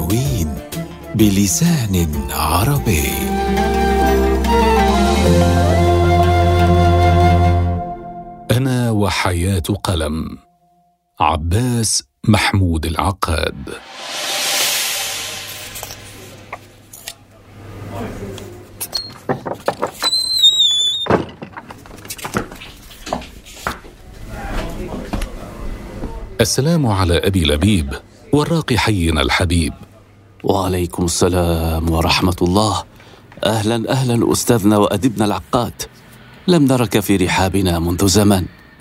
عناوين بلسان عربي. أنا وحياة قلم، عباس محمود العقاد. السلام على أبي لبيب والراقي حينا الحبيب. وعليكم السلام ورحمة الله. أهلا أهلا أستاذنا وأديبنا العقاد، لم نرك في رحابنا منذ زمن.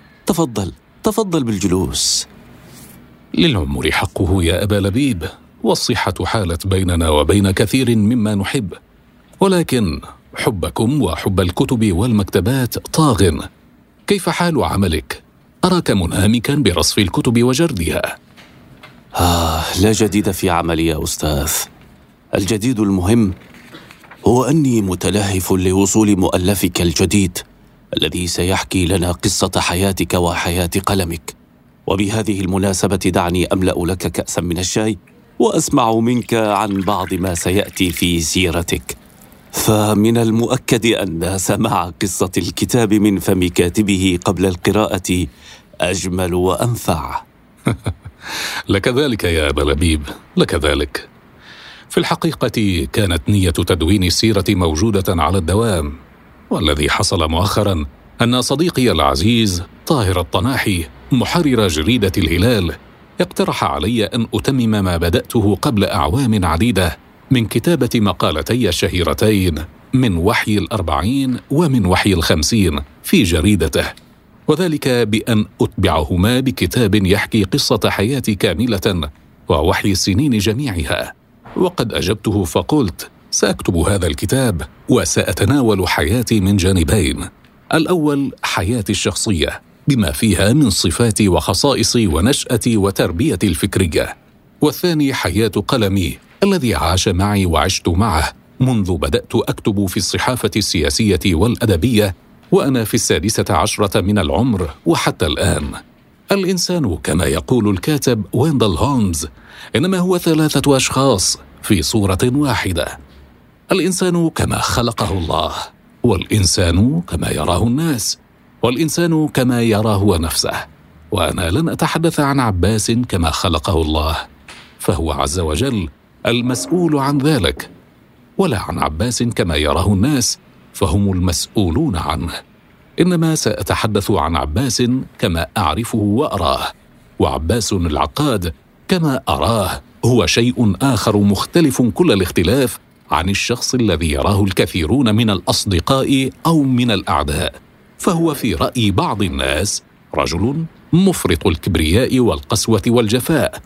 تفضل بالجلوس. للعمر حقه يا أبا لبيب، والصحة حالت بيننا وبين كثير مما نحب، ولكن حبكم وحب الكتب والمكتبات طاغ. كيف حال عملك؟ أراك منهمكا برصف الكتب وجردها. لا جديد في عملي يا أستاذ. الجديد المهم هو أني متلهف لوصول مؤلفك الجديد الذي سيحكي لنا قصة حياتك وحياة قلمك. وبهذه المناسبة دعني أملأ لك كأسا من الشاي وأسمع منك عن بعض ما سيأتي في سيرتك. فمن المؤكد أن سماع قصة الكتاب من فم كاتبه قبل القراءة أجمل وأنفع. لك ذلك يا أبا لبيب، لك ذلك. في الحقيقة كانت نية تدوين السيرة موجودة على الدوام، والذي حصل مؤخرا أن صديقي العزيز طاهر الطناحي محرر جريدة الهلال اقترح علي أن أتمم ما بدأته قبل أعوام عديدة من كتابة مقالتي الشهيرتين من وحي 40 ومن وحي 50 في جريدته، وذلك بأن أتبعهما بكتاب يحكي قصة حياتي كاملة ووحي السنين جميعها. وقد أجبته فقلت سأكتب هذا الكتاب وسأتناول حياتي من جانبين: الأول حياتي الشخصية بما فيها من صفاتي وخصائصي ونشأتي وتربيتي الفكرية، والثاني حياة قلمي الذي عاش معي وعشت معه منذ بدأت أكتب في الصحافة السياسية والأدبية وأنا في 16 من العمر وحتى الآن. الإنسان كما يقول الكاتب ويندل هولمز إنما هو 3 أشخاص في صورة واحدة: الإنسان كما خلقه الله، والإنسان كما يراه الناس، والإنسان كما يراه هو نفسه. وأنا لن أتحدث عن عباس كما خلقه الله، فهو عز وجل المسؤول عن ذلك، ولا عن عباس كما يراه الناس فهم المسؤولون عنه. إنما سأتحدث عن عباس كما أعرفه وأراه، وعباس العقاد كما أراه هو شيء آخر مختلف كل الاختلاف عن الشخص الذي يراه الكثيرون من الأصدقاء أو من الأعداء. فهو في رأي بعض الناس رجل مفرط الكبرياء والقسوة والجفاء،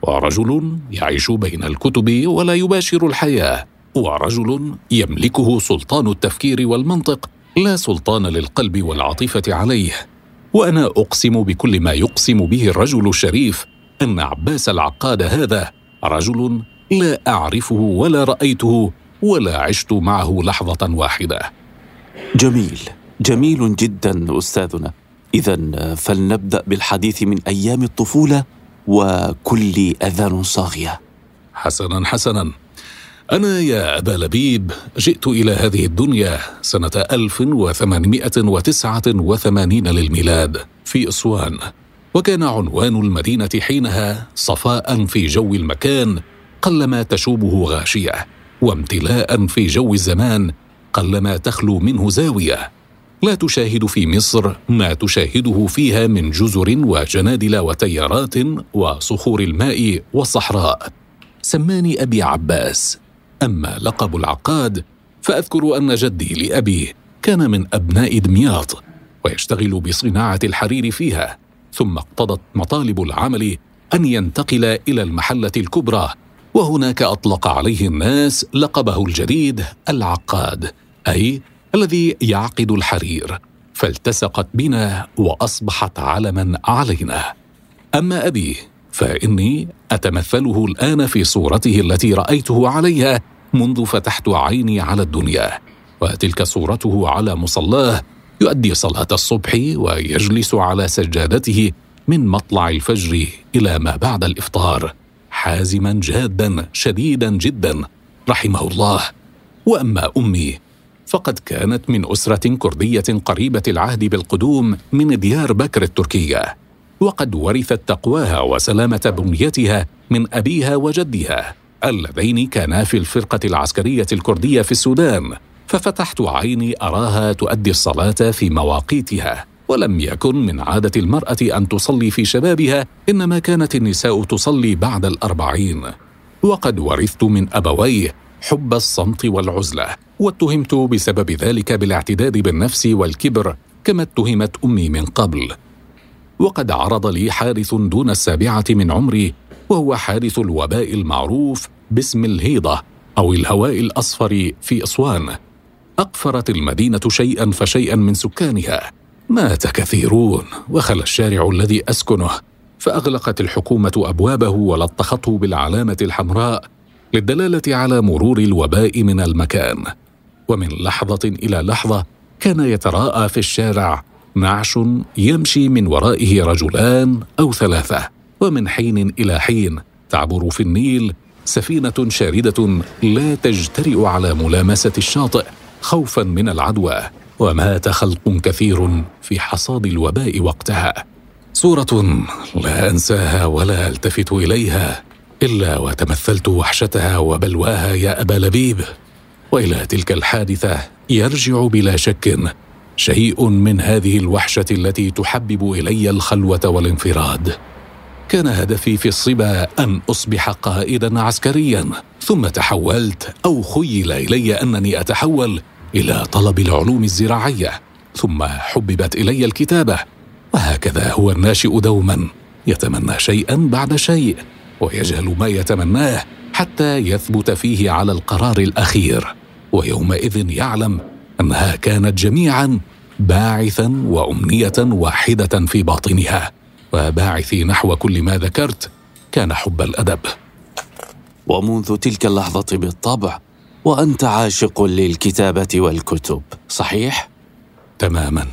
ورجل يعيش بين الكتب ولا يباشر الحياة، ورجل يملكه سلطان التفكير والمنطق لا سلطان للقلب والعاطفة عليه. وأنا أقسم بكل ما يقسم به الرجل الشريف أن عباس العقاد هذا رجل لا أعرفه ولا رأيته ولا عشت معه لحظة واحدة. جميل جدا أستاذنا. إذن فلنبدأ بالحديث من أيام الطفولة وكل أذان صاغية. حسنا. أنا يا أبا لبيب جئت إلى هذه الدنيا سنة 1889 للميلاد في أسوان، وكان عنوان المدينة حينها صفاء في جو المكان قلما تشوبه غاشية، وامتلاء في جو الزمان قلما تخلو منه زاوية. لا تشاهد في مصر ما تشاهده فيها من جزر وجنادل وتيارات وصخور الماء والصحراء. سماني أبي عباس. أما لقب العقاد فأذكر أن جدي لأبي كان من أبناء دمياط ويشتغل بصناعة الحرير فيها، ثم اقتضت مطالب العمل أن ينتقل إلى المحلة الكبرى، وهناك أطلق عليه الناس لقبه الجديد العقاد، أي الذي يعقد الحرير، فالتصقت بنا وأصبحت علما علينا. أما أبي فإني أتمثله الآن في صورته التي رأيته عليها منذ فتحت عيني على الدنيا، وتلك صورته على مصلاه يؤدي صلاة الصبح ويجلس على سجادته من مطلع الفجر إلى ما بعد الإفطار، حازما جادا شديدا جدا رحمه الله. وأما أمي فقد كانت من أسرة كردية قريبة العهد بالقدوم من ديار بكر التركية، وقد ورثت تقواها وسلامة بنيتها من أبيها وجدها اللذين كانا في الفرقة العسكرية الكردية في السودان. ففتحت عيني أراها تؤدي الصلاة في مواقيتها، ولم يكن من عادة المرأة أن تصلي في شبابها، إنما كانت النساء تصلي بعد 40. وقد ورثت من أبويه حب الصمت والعزلة، واتهمت بسبب ذلك بالاعتداد بالنفس والكبر كما اتهمت أمي من قبل. وقد عرض لي حادث دون 7 من عمري، وهو حادث الوباء المعروف باسم الهيضة أو الهواء الأصفر في أسوان. أقفرت المدينة شيئا فشيئا من سكانها، مات كثيرون وخلى الشارع الذي أسكنه، فأغلقت الحكومة أبوابه ولطخته بالعلامة الحمراء للدلالة على مرور الوباء من المكان. ومن لحظة إلى لحظة كان يتراءى في الشارع نعش يمشي من ورائه رجلان أو 3، ومن حين إلى حين تعبر في النيل سفينة شاردة لا تجترئ على ملامسة الشاطئ خوفا من العدوى. ومات خلق كثير في حصاد الوباء وقتها. صورة لا أنساها ولا ألتفت إليها إلا وتمثلت وحشتها وبلواها يا أبا لبيب. وإلى تلك الحادثة يرجع بلا شك شيء من هذه الوحشة التي تحبب إلي الخلوة والانفراد. كان هدفي في الصبا أن أصبح قائدا عسكريا، ثم تحولت أو خيل إلي أنني أتحول إلى طلب العلوم الزراعية، ثم حببت إلي الكتابة. وهكذا هو الناشئ دوما، يتمنى شيئا بعد شيء ويجهل ما يتمناه حتى يثبت فيه على القرار الأخير، ويومئذ يعلم أنها كانت جميعا باعثا وأمنية واحدة في باطنها. وباعثي نحو كل ما ذكرت كان حب الأدب. ومنذ تلك اللحظة بالطبع وأنت عاشق للكتابة والكتب، صحيح؟ تماما.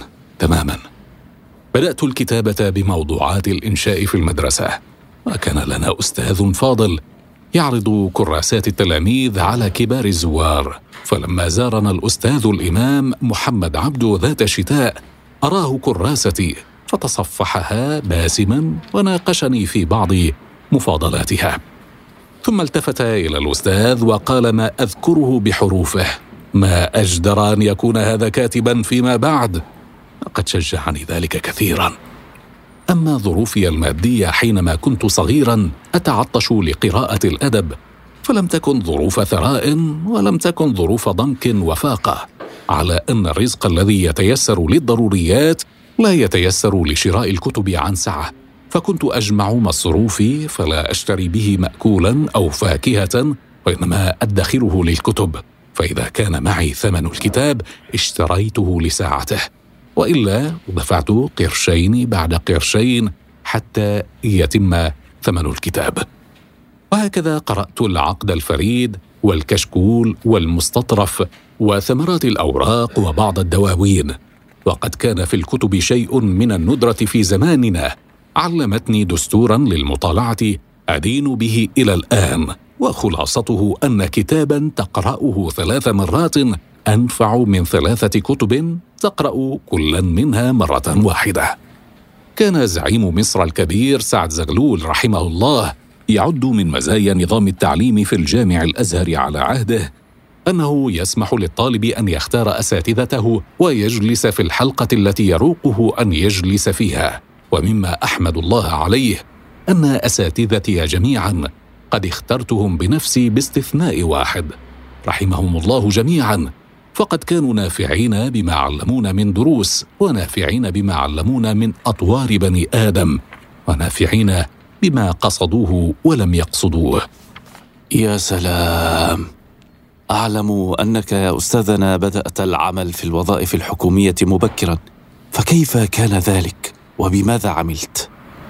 بدأت الكتابة بموضوعات الإنشاء في المدرسة، وكان لنا أستاذ فاضل يعرض كراسات التلاميذ على كبار الزوار. فلما زارنا الأستاذ الإمام محمد عبده ذات شتاء أراه كراستي فتصفحها باسما وناقشني في بعض مفاضلاتها، ثم التفت إلى الأستاذ وقال ما أذكره بحروفه: ما أجدر أن يكون هذا كاتبا فيما بعد. لقد شجعني ذلك كثيرا. أما ظروفي المادية حينما كنت صغيرا أتعطش لقراءة الأدب، فلم تكن ظروف ثراء ولم تكن ظروف ضنك وفاقة، على أن الرزق الذي يتيسر للضروريات لا يتيسر لشراء الكتب عن سعة، فكنت أجمع مصروفي فلا أشتري به مأكولا أو فاكهة، وإنما أدخره للكتب، فإذا كان معي ثمن الكتاب اشتريته لساعته، وإلا دفعت قرشين بعد قرشين حتى يتم ثمن الكتاب. وهكذا قرأت العقد الفريد والكشكول والمستطرف وثمرات الأوراق وبعض الدواوين. وقد كان في الكتب شيء من الندرة في زماننا، علمتني دستورا للمطالعة أدين به إلى الآن، وخلاصته أن كتابا تقرأه 3 مرات أنفع من 3 كتب تقرأ كلا منها مرة واحدة. كان زعيم مصر الكبير سعد زغلول رحمه الله يعد من مزايا نظام التعليم في الجامع الأزهر على عهده أنه يسمح للطالب أن يختار أساتذته ويجلس في الحلقة التي يروقه أن يجلس فيها. ومما أحمد الله عليه أن أساتذتي جميعا قد اخترتهم بنفسي باستثناء واحد رحمهم الله جميعا، فقد كانوا نافعين بما علمونا من دروس، ونافعين بما علمونا من أطوار بني آدم، ونافعين بما قصدوه ولم يقصدوه. يا سلام! أعلم أنك يا أستاذنا بدأت العمل في الوظائف الحكومية مبكرا، فكيف كان ذلك وبماذا عملت؟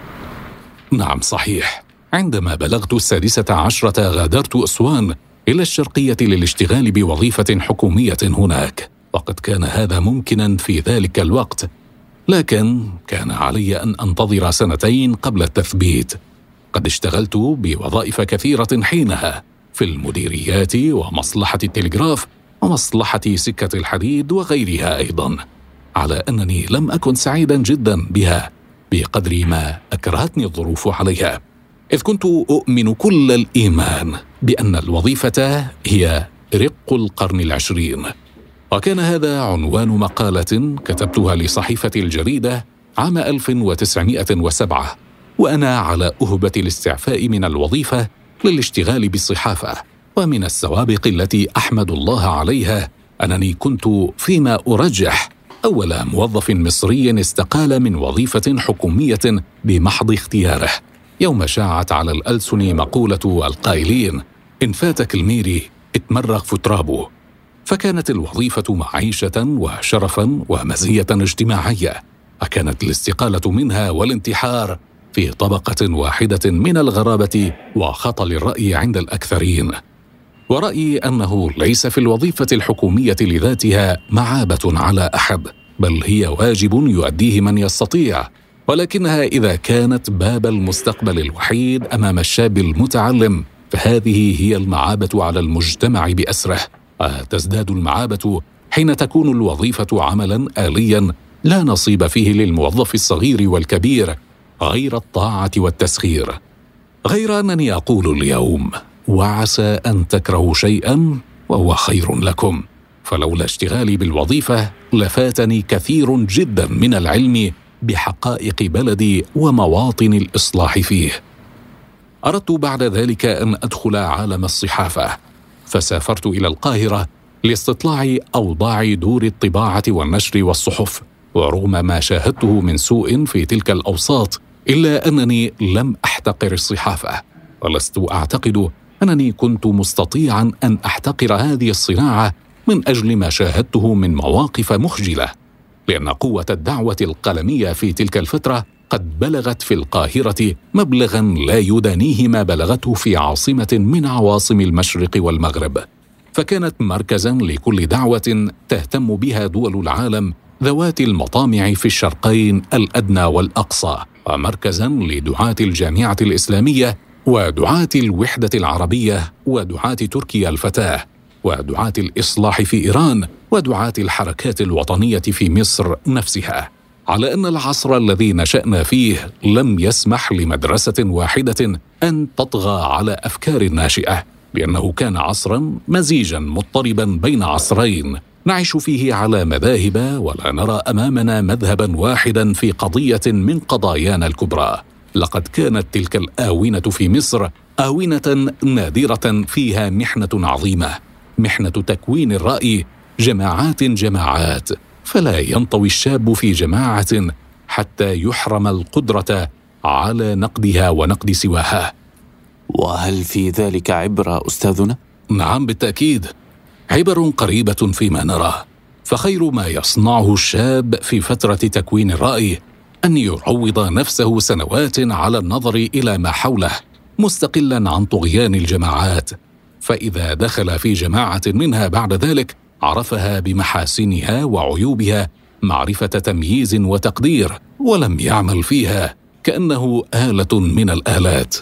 نعم صحيح، عندما بلغت 16 غادرت أسوان إلى الشرقية للاشتغال بوظيفة حكومية هناك، وقد كان هذا ممكنا في ذلك الوقت، لكن كان علي أن أنتظر 2 قبل التثبيت. قد اشتغلت بوظائف كثيرة حينها في المديريات ومصلحة التلغراف ومصلحة سكة الحديد وغيرها أيضا، على أنني لم أكن سعيدا جدا بها بقدر ما أكرهتني الظروف عليها، إذ كنت أؤمن كل الإيمان بأن الوظيفة هي رق القرن العشرين. وكان هذا عنوان مقالة كتبتها لصحيفة الجريدة عام 1907، وأنا على أهبة الاستعفاء من الوظيفة للاشتغال بالصحافة. ومن السوابق التي أحمد الله عليها أنني كنت فيما أرجح أول موظف مصري استقال من وظيفة حكومية بمحض اختياره، يوم شاعت على الألسن مقولة القائلين: إن فاتك الميري اتمرغ في ترابه. فكانت الوظيفة معيشة وشرفا ومزية اجتماعية، وكانت الاستقالة منها والانتحار في طبقة واحدة من الغرابة وخطل الرأي عند الأكثرين. ورأيي أنه ليس في الوظيفة الحكومية لذاتها معابة على أحد، بل هي واجب يؤديه من يستطيع، ولكنها إذا كانت باب المستقبل الوحيد أمام الشاب المتعلم فهذه هي المعابة على المجتمع بأسره. وتزداد المعابة حين تكون الوظيفة عملا آليا لا نصيب فيه للموظف الصغير والكبير غير الطاعة والتسخير. غير أنني أقول اليوم: وعسى أن تكرهوا شيئا وهو خير لكم، فلولا اشتغالي بالوظيفة لفاتني كثير جدا من العلم بحقائق بلدي ومواطن الإصلاح فيه. أردت بعد ذلك أن أدخل عالم الصحافة، فسافرت إلى القاهرة لاستطلاع أوضاع دور الطباعة والنشر والصحف. ورغم ما شاهدته من سوء في تلك الأوساط إلا أنني لم أحتقر الصحافة، ولست أعتقد أنني كنت مستطيعا أن أحتقر هذه الصناعة من أجل ما شاهدته من مواقف مخجلة، لأن قوة الدعوة القلمية في تلك الفترة قد بلغت في القاهرة مبلغا لا يدانيه ما بلغته في عاصمة من عواصم المشرق والمغرب، فكانت مركزا لكل دعوة تهتم بها دول العالم ذوات المطامع في الشرقين الأدنى والأقصى، ومركزا لدعاة الجامعة الإسلامية ودعاة الوحدة العربية ودعاة تركيا الفتاة ودعاة الإصلاح في إيران ودعاة الحركات الوطنية في مصر نفسها، على أن العصر الذي نشأنا فيه لم يسمح لمدرسة واحدة أن تطغى على أفكار ناشئة، لأنه كان عصرا مزيجا مضطربا بين عصرين نعيش فيه على مذاهب ولا نرى أمامنا مذهبا واحدا في قضية من قضايانا الكبرى. لقد كانت تلك الآونة في مصر آونة نادرة فيها محنة عظيمة، محنة تكوين الرأي جماعات، فلا ينطوي الشاب في جماعة حتى يحرم القدرة على نقدها ونقد سواها. وهل في ذلك عبرة أستاذنا؟ نعم بالتأكيد، عبر قريبة فيما نرى. فخير ما يصنعه الشاب في فترة تكوين الرأي أن يعوض نفسه سنوات على النظر إلى ما حوله مستقلا عن طغيان الجماعات، فإذا دخل في جماعة منها بعد ذلك عرفها بمحاسنها وعيوبها معرفة تمييز وتقدير، ولم يعمل فيها كأنه آلة من الآلات.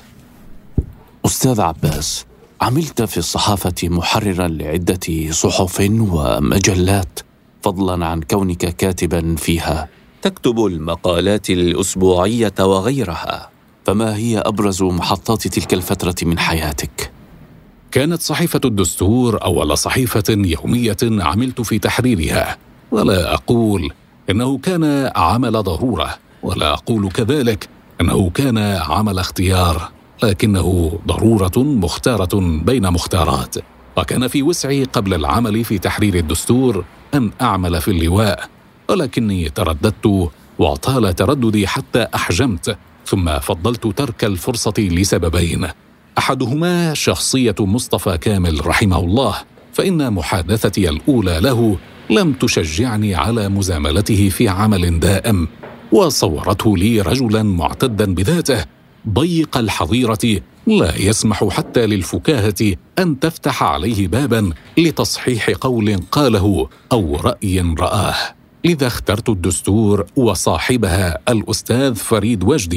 أستاذ عباس، عملت في الصحافة محررا لعدة صحف ومجلات، فضلا عن كونك كاتبا فيها تكتب المقالات الأسبوعية وغيرها، فما هي أبرز محطات تلك الفترة من حياتك؟ كانت صحيفة الدستور أول صحيفة يومية عملت في تحريرها، ولا أقول إنه كان عمل ضرورة، ولا أقول كذلك إنه كان عمل اختيار، لكنه ضرورة مختارة بين مختارات. وكان في وسعي قبل العمل في تحرير الدستور أن أعمل في اللواء، ولكني ترددت وطال ترددي حتى أحجمت، ثم فضلت ترك الفرصة لسببين: أحدهما شخصية مصطفى كامل رحمه الله، فإن محادثتي الأولى له لم تشجعني على مزاملته في عمل دائم، وصورته لي رجلا معتدا بذاته ضيق الحظيرة لا يسمح حتى للفكاهة أن تفتح عليه بابا لتصحيح قول قاله أو رأي رآه. لذا اخترت الدستور وصاحبها الأستاذ فريد وجدي،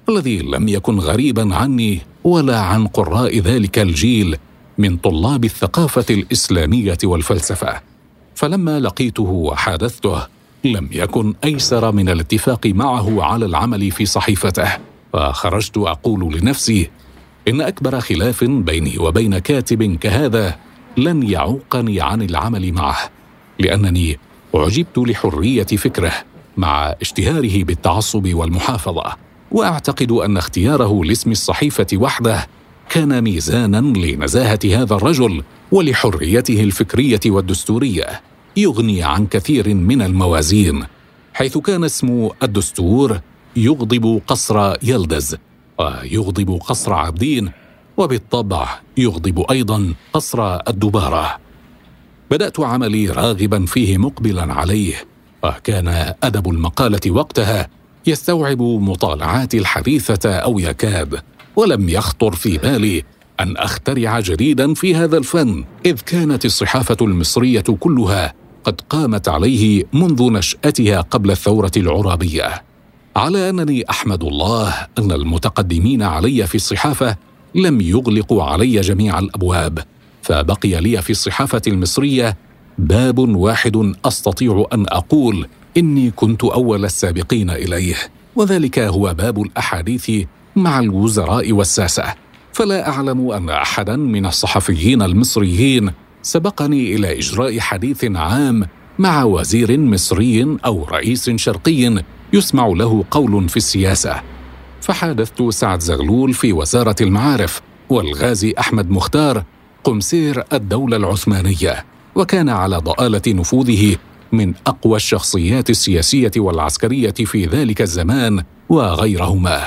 الذي لم يكن غريبا عني ولا عن قراء ذلك الجيل من طلاب الثقافة الإسلامية والفلسفة. فلما لقيته وحادثته لم يكن أيسر من الاتفاق معه على العمل في صحيفته، فخرجت أقول لنفسي إن أكبر خلاف بيني وبين كاتب كهذا لن يعوقني عن العمل معه، لأنني أعجبت لحرية فكره مع اشتهاره بالتعصب والمحافظة، وأعتقد أن اختياره لاسم الصحيفة وحده كان ميزاناً لنزاهة هذا الرجل ولحريته الفكرية والدستورية، يغني عن كثير من الموازين، حيث كان اسم الدستور يغضب قصر يلدز ويغضب قصر عابدين، وبالطبع يغضب أيضاً قصر الدبارة. بدأت عملي راغباً فيه مقبلاً عليه، وكان أدب المقالة وقتها يستوعب مطالعاتي الحديثة أو يكاد، ولم يخطر في بالي أن أخترع جديداً في هذا الفن، إذ كانت الصحافة المصرية كلها قد قامت عليه منذ نشأتها قبل الثورة العرابية. على أنني أحمد الله أن المتقدمين علي في الصحافة لم يغلقوا علي جميع الأبواب، فبقي لي في الصحافة المصرية باب واحد أستطيع أن أقول إني كنت أول السابقين إليه، وذلك هو باب الأحاديث مع الوزراء والساسة. فلا أعلم أن أحدا من الصحفيين المصريين سبقني إلى إجراء حديث عام مع وزير مصري أو رئيس شرقي يسمع له قول في السياسة. فحادثت سعد زغلول في وزارة المعارف، والغازي أحمد مختار قمسير الدولة العثمانية، وكان على ضآلة نفوذه من أقوى الشخصيات السياسية والعسكرية في ذلك الزمان وغيرهما.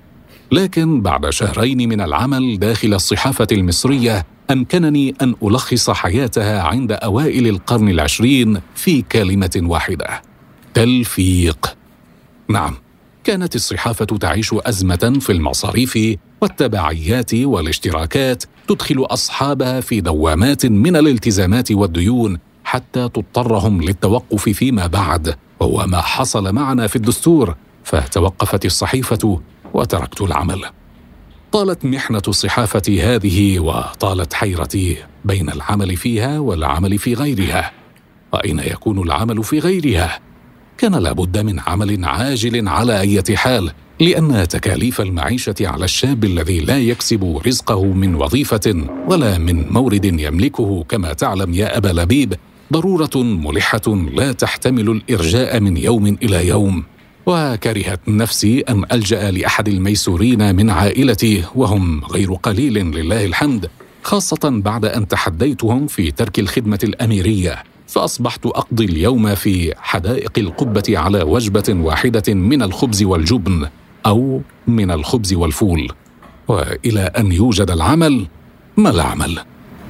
لكن بعد شهرين من العمل داخل الصحافة المصرية أمكنني أن ألخص حياتها عند أوائل القرن العشرين في كلمة واحدة: تلفيق. نعم، كانت الصحافة تعيش أزمة في المصاريف والتبعيات والاشتراكات تدخل أصحابها في دوامات من الالتزامات والديون حتى تضطرهم للتوقف فيما بعد، وهو ما حصل معنا في الدستور، فتوقفت الصحيفة وتركت العمل. طالت محنة الصحافة هذه وطالت حيرتي بين العمل فيها والعمل في غيرها. وأين يكون العمل في غيرها؟ كان لابد من عمل عاجل على أي حال، لأن تكاليف المعيشة على الشاب الذي لا يكسب رزقه من وظيفة ولا من مورد يملكه كما تعلم يا أبا لبيب ضرورة ملحة لا تحتمل الإرجاء من يوم إلى يوم. وكرهت نفسي أن ألجأ لأحد الميسورين من عائلتي، وهم غير قليل لله الحمد، خاصة بعد أن تحديتهم في ترك الخدمة الأميرية، فأصبحت أقضي اليوم في حدائق القبة على وجبة واحدة من الخبز والجبن أو من الخبز والفول. وإلى أن يوجد العمل، ما العمل؟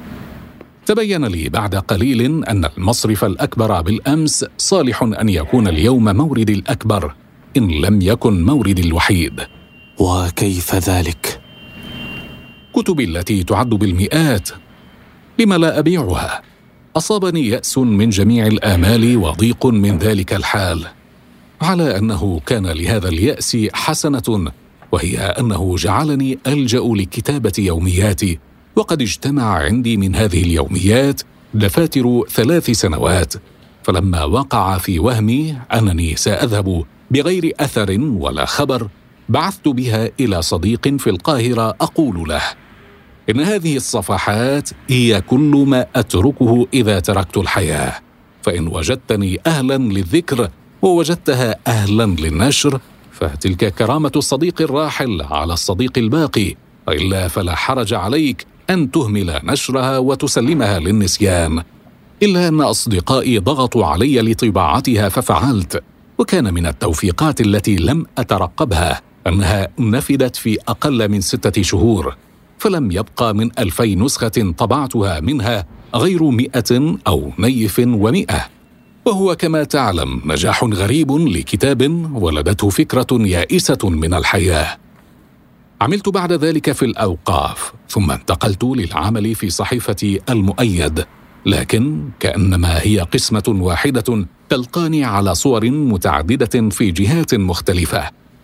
تبين لي بعد قليل أن المصرف الأكبر بالأمس صالح أن يكون اليوم موردي الأكبر إن لم يكن موردي الوحيد. وكيف ذلك؟ كتبي التي تعد بالمئات، لم لا أبيعها؟ أصابني يأس من جميع الآمال وضيق من ذلك الحال، على أنه كان لهذا اليأس حسنة، وهي أنه جعلني ألجأ لكتابة يومياتي، وقد اجتمع عندي من هذه اليوميات دفاتر 3 سنوات. فلما وقع في وهمي أنني سأذهب بغير أثر ولا خبر، بعثت بها إلى صديق في القاهرة أقول له إن هذه الصفحات هي كل ما أتركه إذا تركت الحياة، فإن وجدتني أهلا للذكر ووجدتها أهلا للنشر فتلك كرامة الصديق الراحل على الصديق الباقي، وإلا فلا حرج عليك أن تهمل نشرها وتسلمها للنسيان. إلا أن أصدقائي ضغطوا علي لطباعتها ففعلت، وكان من التوفيقات التي لم أترقبها أنها نفدت في أقل من 6 شهور، فلم يبقى من 2000 نسخة طبعتها منها غير 100 أو نيف و100، وهو كما تعلم نجاح غريب لكتاب ولدته فكرة يائسة من الحياة. عملت بعد ذلك في الأوقاف، ثم انتقلت للعمل في صحيفة المؤيد، لكن كأنما هي قسمة واحدة تلقاني على صور متعددة في جهات مختلفة،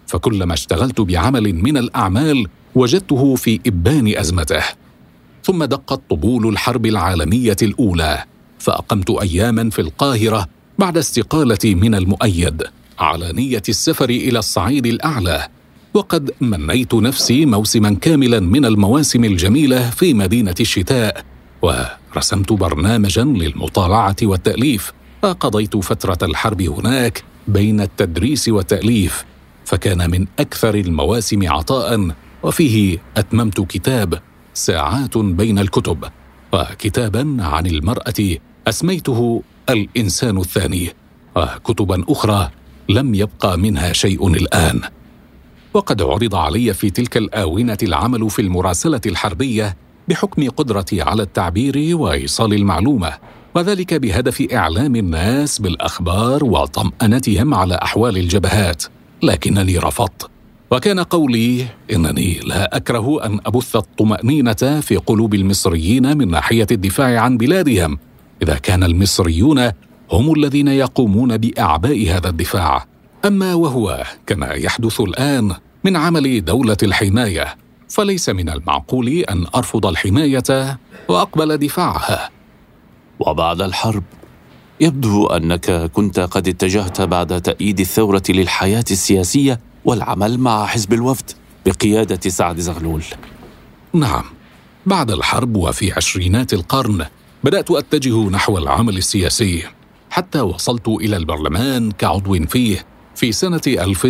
فكلما اشتغلت بعمل من الأعمال وجدته في إبان أزمته. ثم دقت طبول الحرب العالمية الأولى، فأقمت أياماً في القاهرة بعد استقالتي من المؤيد على نية السفر إلى الصعيد الأعلى، وقد منيت نفسي موسماً كاملاً من المواسم الجميلة في مدينة الشتاء، ورسمت برنامجاً للمطالعة والتأليف، فقضيت فترة الحرب هناك بين التدريس والتأليف، فكان من أكثر المواسم عطاءً. وفيه أتممت كتاب ساعات بين الكتب، وكتاباً عن المرأة أسميته الإنسان الثاني، وكتباً أخرى لم يبقى منها شيء الآن. وقد عرض علي في تلك الآونة العمل في المراسلة الحربية بحكم قدرتي على التعبير وإيصال المعلومة، وذلك بهدف إعلام الناس بالأخبار وطمأنتهم على أحوال الجبهات، لكنني رفضت، وكان قولي إنني لا أكره أن أبث الطمأنينة في قلوب المصريين من ناحية الدفاع عن بلادهم، إذا كان المصريون هم الذين يقومون بأعباء هذا الدفاع. أما وهو كما يحدث الآن من عمل دولة الحماية، فليس من المعقول أن أرفض الحماية وأقبل دفاعها. وبعد الحرب يبدو أنك كنت قد اتجهت بعد تأييد الثورة للحياة السياسية والعمل مع حزب الوفد بقيادة سعد زغلول. نعم، بعد الحرب وفي عشرينات القرن بدأت أتجه نحو العمل السياسي، حتى وصلت إلى البرلمان كعضو فيه في سنة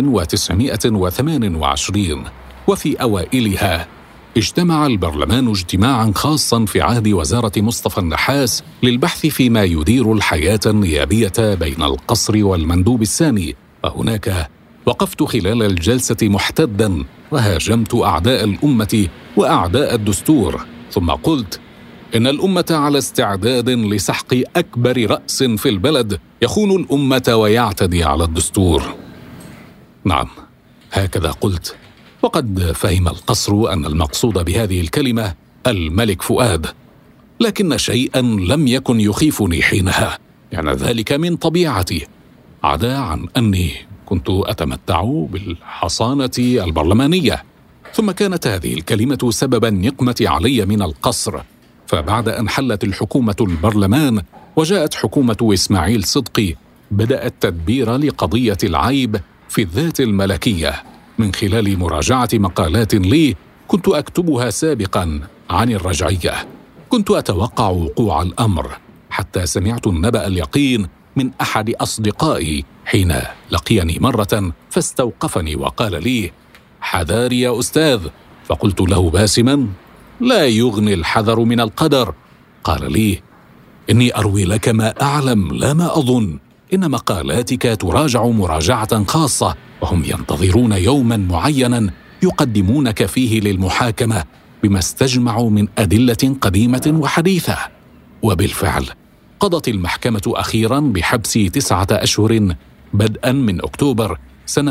1928، وفي أوائلها اجتمع البرلمان اجتماعاً خاصاً في عهد وزارة مصطفى النحاس للبحث فيما يدير الحياة النيابية بين القصر والمندوب السامي، وهناك وقفت خلال الجلسة محتداً وهاجمت أعداء الأمة وأعداء الدستور، ثم قلت إن الأمة على استعداد لسحق أكبر رأس في البلد يخون الأمة ويعتدي على الدستور. نعم، هكذا قلت، وقد فهم القصر أن المقصود بهذه الكلمة الملك فؤاد، لكن شيئاً لم يكن يخيفني حينها، يعني ذلك من طبيعتي، عدا عن أني كنت أتمتع بالحصانة البرلمانية. ثم كانت هذه الكلمة سبب النقمة علي من القصر، فبعد أن حلت الحكومة البرلمان وجاءت حكومة إسماعيل صدقي، بدأ التدبير لقضية العيب في الذات الملكية من خلال مراجعة مقالات لي كنت أكتبها سابقاً عن الرجعية. كنت أتوقع وقوع الأمر، حتى سمعت النبأ اليقين من أحد أصدقائي حين لقيني مرة فاستوقفني وقال لي: حذار يا أستاذ. فقلت له باسماً: لا يغني الحذر من القدر. قال لي: إني أروي لك ما أعلم لا ما أظن، إن مقالاتك تراجع مراجعة خاصة، وهم ينتظرون يوماً معيناً يقدمونك فيه للمحاكمة بما استجمعوا من أدلة قديمة وحديثة. وبالفعل قضت المحكمة أخيراً بحبس 9 أشهر بدءاً من أكتوبر سنة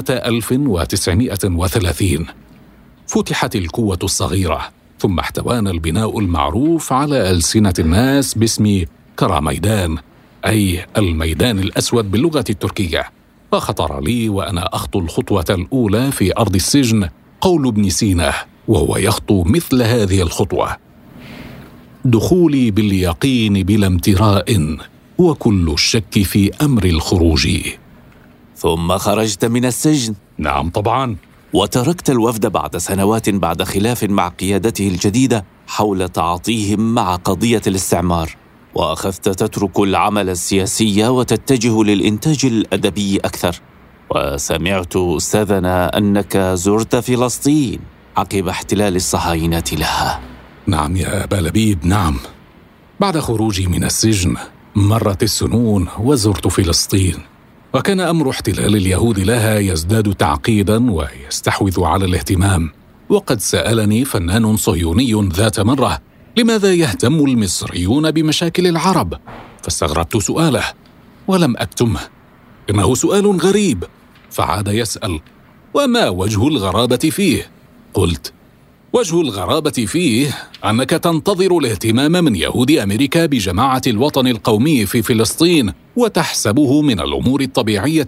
1930. فتحت القوة الصغيرة، ثم احتوانا البناء المعروف على ألسنة الناس باسم كراميدان، أي الميدان الأسود باللغة التركية. فخطر لي وأنا أخطو الخطوة الأولى في أرض السجن قول ابن سينا وهو يخطو مثل هذه الخطوة: دخولي باليقين بلا امتراء، وكل الشك في أمر الخروج. ثم خرجت من السجن؟ نعم طبعا. وتركت الوفد بعد سنوات بعد خلاف مع قيادته الجديدة حول تعاطيهم مع قضية الاستعمار، وأخذت تترك العمل السياسي وتتجه للإنتاج الأدبي أكثر. وسمعت أستاذنا أنك زرت فلسطين عقب احتلال الصهاينة لها. نعم يا أبا لبيب، نعم. بعد خروجي من السجن مرت السنون وزرت فلسطين، وكان أمر احتلال اليهود لها يزداد تعقيداً ويستحوذ على الاهتمام. وقد سألني فنان صهيوني ذات مرة: لماذا يهتم المصريون بمشاكل العرب؟ فاستغربت سؤاله ولم أكتمه، إنه سؤال غريب. فعاد يسأل: وما وجه الغرابة فيه؟ قلت: وجه الغرابة فيه أنك تنتظر الاهتمام من يهود أمريكا بجماعة الوطن القومي في فلسطين، وتحسبه من الأمور الطبيعية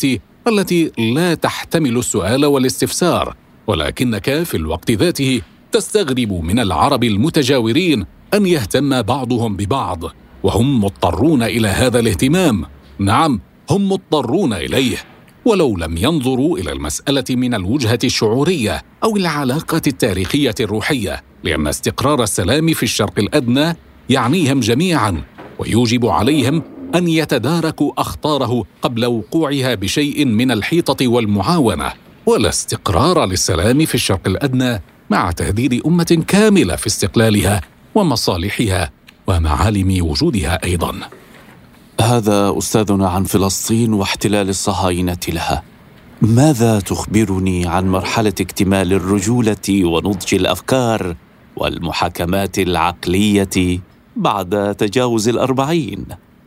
التي لا تحتمل السؤال والاستفسار، ولكنك في الوقت ذاته تستغرب من العرب المتجاورين أن يهتم بعضهم ببعض، وهم مضطرون إلى هذا الاهتمام. نعم، هم مضطرون إليه، ولو لم ينظروا إلى المسألة من الوجهة الشعورية أو العلاقة التاريخية الروحية، لأن استقرار السلام في الشرق الأدنى يعنيهم جميعاً، ويوجب عليهم أن يتداركوا أخطاره قبل وقوعها بشيء من الحيطة والمعاونة. ولا استقرار للسلام في الشرق الأدنى مع تهديد أمة كاملة في استقلالها ومصالحها ومعالم وجودها أيضاً. هذا أستاذنا عن فلسطين واحتلال الصهاينة لها. ماذا تخبرني عن مرحلة اكتمال الرجولة ونضج الأفكار والمحاكمات العقلية بعد تجاوز 40؟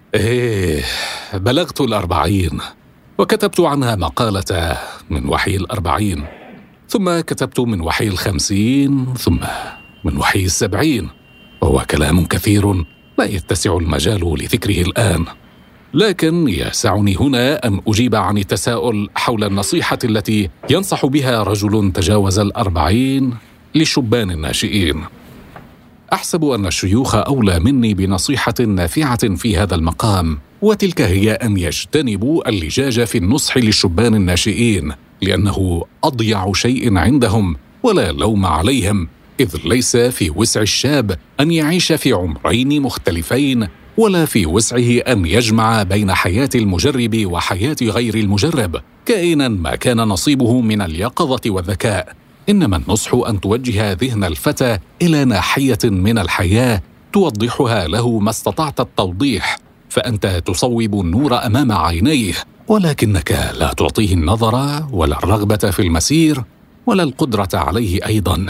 بلغت 40، وكتبت عنها مقالة من وحي 40، ثم كتبت من وحي 50، ثم من وحي 70، وهو كلام كثير لا يتسع المجال لذكره الآن. لكن يسعني هنا أن أجيب عن التساؤل حول النصيحة التي ينصح بها رجل تجاوز 40 للشبان الناشئين. أحسب أن الشيوخ أولى مني بنصيحة نافعة في هذا المقام، وتلك هي أن يجتنبوا اللجاج في النصح للشبان الناشئين، لأنه أضيع شيء عندهم، ولا لوم عليهم، إذ ليس في وسع الشاب أن يعيش في عمرين مختلفين، ولا في وسعه أن يجمع بين حياة المجرب وحياة غير المجرب، كائنا ما كان نصيبه من اليقظة والذكاء. إنما النصح أن توجه ذهن الفتى إلى ناحية من الحياة توضحها له ما استطعت التوضيح، فأنت تصوب النور أمام عينيه، ولكنك لا تعطيه النظر ولا الرغبة في المسير ولا القدرة عليه أيضا.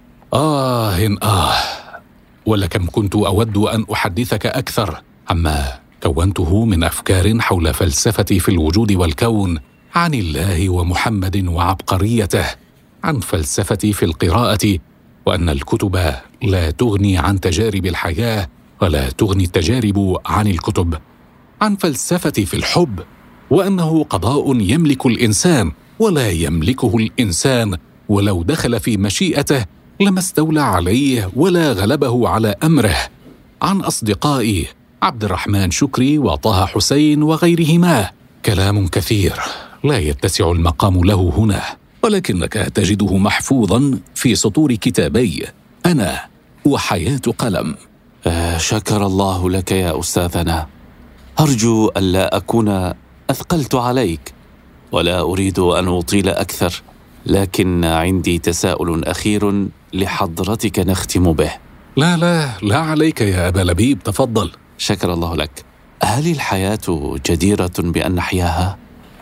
ولكم كنت أود أن أحدثك أكثر عما كونته من أفكار حول فلسفتي في الوجود والكون، عن الله ومحمد وعبقريته، عن فلسفتي في القراءة، وأن الكتب لا تغني عن تجارب الحياة ولا تغني التجارب عن الكتب، عن فلسفتي في الحب، وأنه قضاء يملك الإنسان ولا يملكه الإنسان، ولو دخل في مشيئته لما استولى عليه ولا غلبه على أمره، عن أصدقائي عبد الرحمن شكري وطه حسين وغيرهما. كلام كثير لا يتسع المقام له هنا، ولكنك تجده محفوظا في سطور كتابي أنا وحياة قلم. شكر الله لك يا أستاذنا. أرجو ألا أكون أثقلت عليك، ولا أريد أن أطيل أكثر، لكن عندي تساؤل أخير لحضرتك نختم به. لا عليك يا أبا لبيب، تفضل. شكر الله لك. هل الحياة جديرة بأن نحياها؟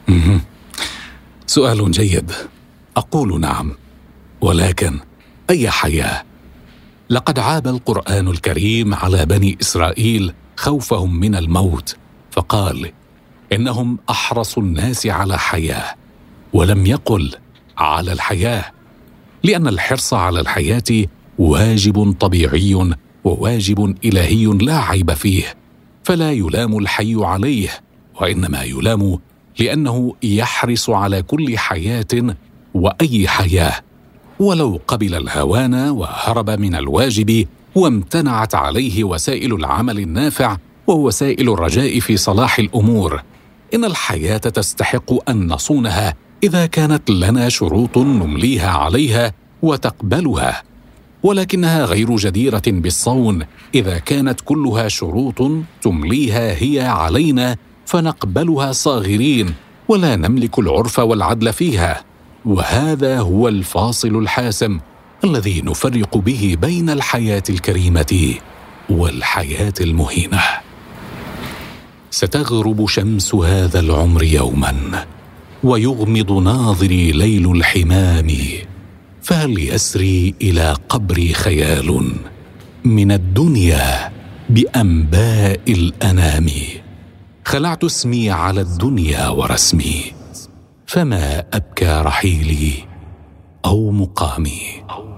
سؤال جيد. أقول نعم، ولكن أي حياة؟ لقد عاب القرآن الكريم على بني إسرائيل خوفهم من الموت، فقال إنهم أحرص الناس على حياة، ولم يقل على الحياة، لأن الحرص على الحياة واجب طبيعي وواجب إلهي لا عيب فيه، فلا يلام الحي عليه، وإنما يلام لأنه يحرص على كل حياة وأي حياة، ولو قبل الهوان وهرب من الواجب وامتنعت عليه وسائل العمل النافع ووسائل الرجاء في صلاح الأمور. إن الحياة تستحق أن نصونها إذا كانت لنا شروط نمليها عليها وتقبلها، ولكنها غير جديرة بالصون إذا كانت كلها شروط تمليها هي علينا فنقبلها صاغرين ولا نملك العرف والعدل فيها. وهذا هو الفاصل الحاسم الذي نفرق به بين الحياة الكريمة والحياة المهينة. ستغرب شمس هذا العمر يوما، ويغمض ناظري ليل الحمام، فهل يسري إلى قبري خيال من الدنيا بأنباء الأنام؟ خلعت اسمي على الدنيا ورسمي، فما أبكى رحيلي أو مقامي.